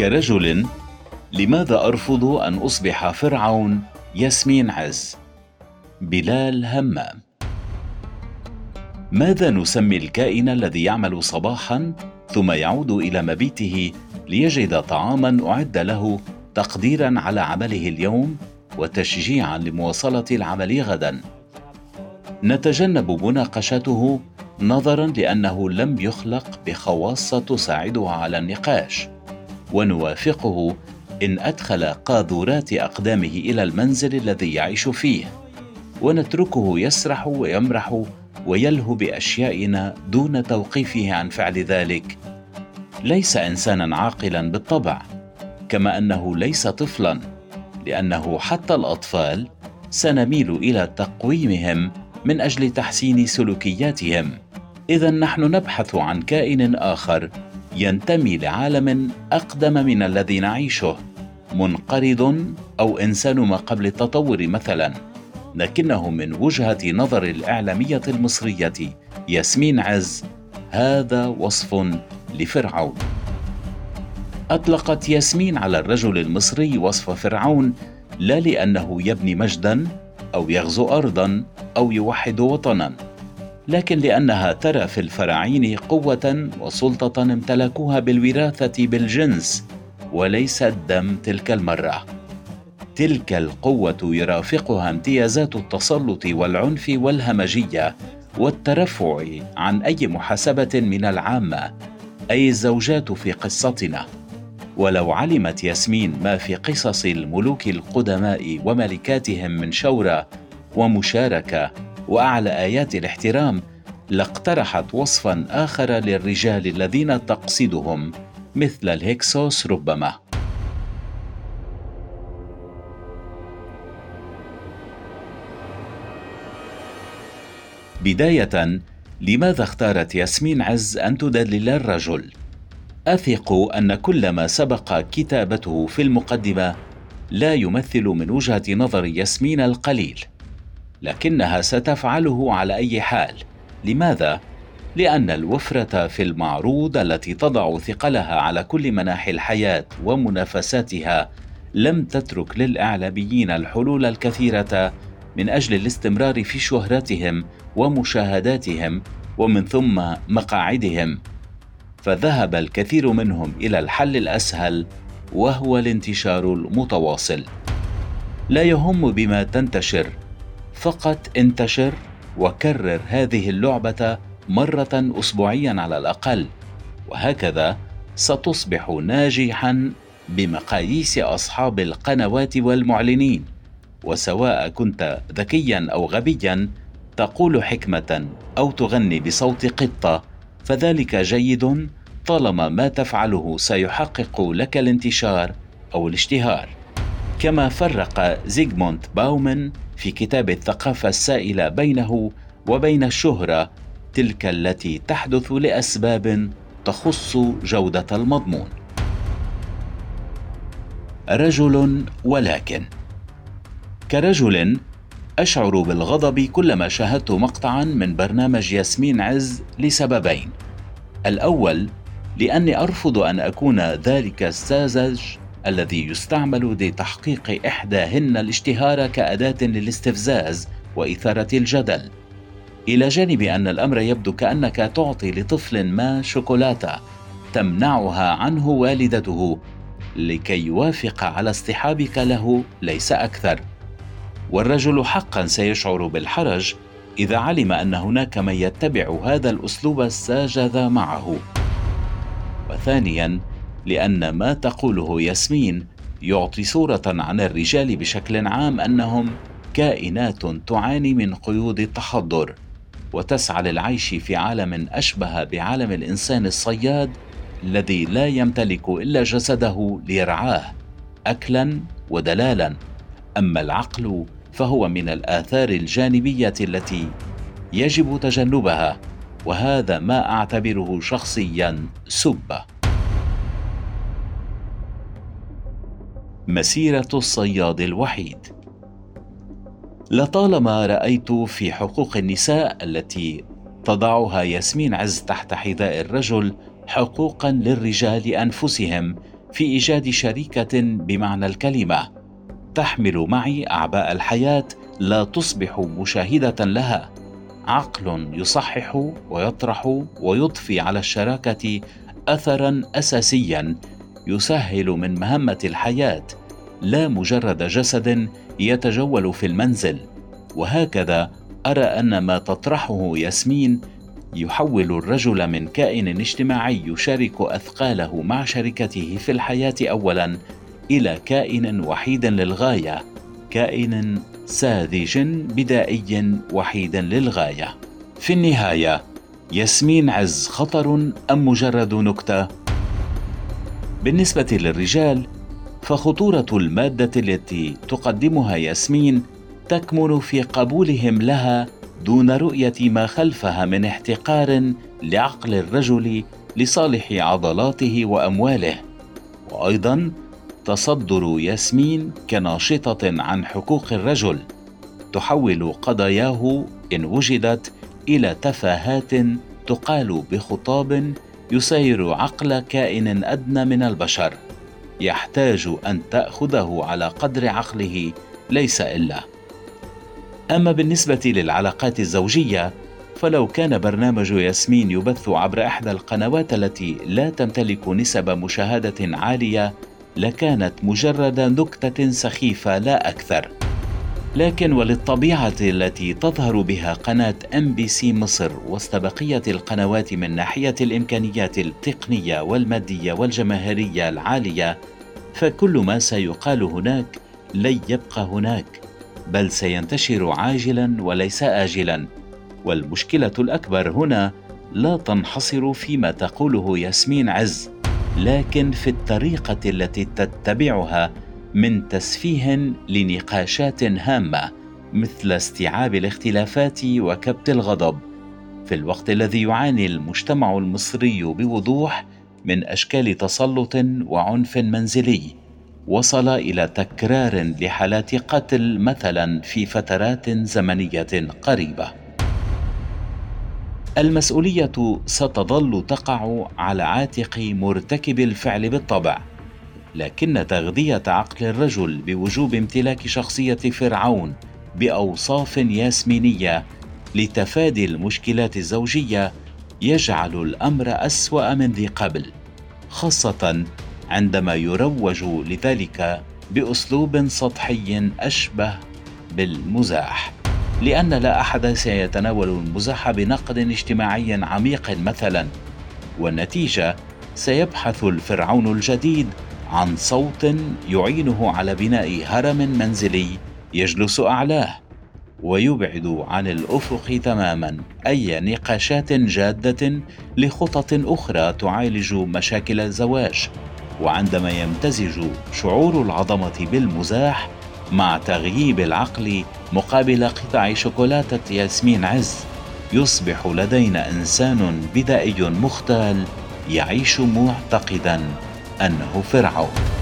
كرجل، لماذا أرفض أن أصبح فرعون؟ ياسمين عز. بلال همام. ماذا نسمي الكائن الذي يعمل صباحاً ثم يعود إلى مبيته ليجد طعاماً أعد له تقديراً على عمله اليوم وتشجيعاً لمواصلة العمل غداً؟ نتجنب مناقشته نظراً لأنه لم يخلق بخواص تساعده على النقاش، ونوافقه إن أدخل قاذورات أقدامه إلى المنزل الذي يعيش فيه، ونتركه يسرح ويمرح ويلهو بأشيائنا دون توقيفه عن فعل ذلك. ليس إنساناً عاقلاً بالطبع، كما أنه ليس طفلاً، لأنه حتى الأطفال سنميل إلى تقويمهم من أجل تحسين سلوكياتهم. إذن نحن نبحث عن كائن آخر ينتمي لعالم أقدم من الذي نعيشه، منقرض أو إنسان ما قبل التطور مثلا، لكنه من وجهة نظر الإعلامية المصرية ياسمين عز هذا وصف لفرعون. أطلقت ياسمين على الرجل المصري وصف فرعون لا لأنه يبني مجدا أو يغزو أرضا أو يوحد وطنا، لكن لأنها ترى في الفراعين قوة وسلطة امتلكوها بالوراثة بالجنس وليس الدم. تلك المرة تلك القوة يرافقها امتيازات التسلط والعنف والهمجية والترفع عن أي محاسبة من العامة، أي الزوجات في قصتنا. ولو علمت ياسمين ما في قصص الملوك القدماء وملكاتهم من شورى ومشاركة وأعلى آيات الاحترام، لاقترحت وصفاً آخر للرجال الذين تقصدهم مثل الهكسوس ربما. بداية، لماذا اختارت ياسمين عز أن تدلل الرجل؟ أثق أن كل ما سبق كتابته في المقدمة لا يمثل من وجهة نظر ياسمين القليل، لكنها ستفعله على أي حال. لماذا؟ لأن الوفرة في المعروض التي تضع ثقلها على كل مناحي الحياة ومنافساتها لم تترك للإعلاميين الحلول الكثيرة من أجل الاستمرار في شهرتهم ومشاهداتهم ومن ثم مقاعدهم، فذهب الكثير منهم إلى الحل الأسهل وهو الانتشار المتواصل. لا يهم بما تنتشر، فقط انتشر وكرر هذه اللعبة مرة أسبوعيا على الأقل، وهكذا ستصبح ناجحا بمقاييس أصحاب القنوات والمعلنين. وسواء كنت ذكيا أو غبيا، تقول حكمة أو تغني بصوت قطة، فذلك جيد طالما ما تفعله سيحقق لك الانتشار أو الاشتهار. كما فرق زيغموند باومن في كتاب الثقافة السائلة بينه وبين الشهرة، تلك التي تحدث لأسباب تخص جودة المضمون. رجل ولكن. كرجل أشعر بالغضب كلما شاهدت مقطعا من برنامج ياسمين عز لسببين. الأول، لأني أرفض أن أكون ذلك الساذج الذي يستعمل لتحقيق إحداهن الاشتهار كأداة للاستفزاز وإثارة الجدل، إلى جانب أن الأمر يبدو كأنك تعطي لطفل ما شوكولاتة تمنعها عنه والدته لكي يوافق على اصطحابك له، ليس أكثر. والرجل حقا سيشعر بالحرج إذا علم أن هناك من يتبع هذا الأسلوب الساذج معه. وثانيا، لأن ما تقوله ياسمين يعطي صورة عن الرجال بشكل عام أنهم كائنات تعاني من قيود التحضر وتسعى للعيش في عالم أشبه بعالم الإنسان الصياد الذي لا يمتلك إلا جسده ليرعاه أكلا ودلالا، أما العقل فهو من الآثار الجانبية التي يجب تجنبها، وهذا ما أعتبره شخصيا سبة. مسيرة الصياد الوحيد. لطالما رأيت في حقوق النساء التي تضعها ياسمين عز تحت حذاء الرجل حقوقا للرجال أنفسهم في إيجاد شريكة بمعنى الكلمة تحمل معي أعباء الحياة، لا تصبح مشاهدة لها. عقل يصحح ويطرح ويضفي على الشراكة أثرا أساسيا يسهل من مهمة الحياة، لا مجرد جسد يتجول في المنزل. وهكذا أرى أن ما تطرحه ياسمين يحول الرجل من كائن اجتماعي يشارك أثقاله مع شركته في الحياة أولا، إلى كائن وحيد للغاية، كائن ساذج بدائي وحيد للغاية. في النهاية، ياسمين عز خطر أم مجرد نكتة؟ بالنسبة للرجال، فخطورة المادة التي تقدمها ياسمين تكمن في قبولهم لها دون رؤية ما خلفها من احتقار لعقل الرجل لصالح عضلاته وأمواله. وأيضا تصدر ياسمين كناشطة عن حقوق الرجل، تحول قضاياه إن وجدت إلى تفاهات تقال بخطاب يسير عقل كائن أدنى من البشر، يحتاج أن تأخذه على قدر عقله ليس إلا. أما بالنسبة للعلاقات الزوجية، فلو كان برنامج ياسمين يبث عبر إحدى القنوات التي لا تمتلك نسب مشاهدة عالية، لكانت مجرد نكتة سخيفة لا أكثر. لكن وللطبيعة التي تظهر بها قناة MBC مصر وسط بقية القنوات من ناحية الإمكانيات التقنية والمادية والجماهيرية العالية، فكل ما سيقال هناك لن يبقى هناك، بل سينتشر عاجلا وليس آجلا. والمشكلة الأكبر هنا لا تنحصر فيما تقوله ياسمين عز، لكن في الطريقة التي تتبعها من تسفيه لنقاشات هامة مثل استيعاب الاختلافات وكبت الغضب، في الوقت الذي يعاني المجتمع المصري بوضوح من أشكال تسلط وعنف منزلي وصل إلى تكرار لحالات قتل مثلا في فترات زمنية قريبة. المسؤولية ستظل تقع على عاتق مرتكب الفعل بالطبع، لكن تغذية عقل الرجل بوجوب امتلاك شخصية فرعون بأوصاف ياسمينية لتفادي المشكلات الزوجية يجعل الأمر أسوأ من ذي قبل، خاصة عندما يروج لذلك بأسلوب سطحي أشبه بالمزاح، لأن لا أحد سيتناول المزاح بنقد اجتماعي عميق مثلا، والنتيجة سيبحث الفرعون الجديد عن صوت يعينه على بناء هرم منزلي يجلس أعلاه، ويبعد عن الأفق تماما أي نقاشات جادة لخطط أخرى تعالج مشاكل الزواج. وعندما يمتزج شعور العظمة بالمزاح مع تغييب العقل مقابل قطع شوكولاتة ياسمين عز، يصبح لدينا إنسان بدائي مختال يعيش معتقدا أنه فرعون.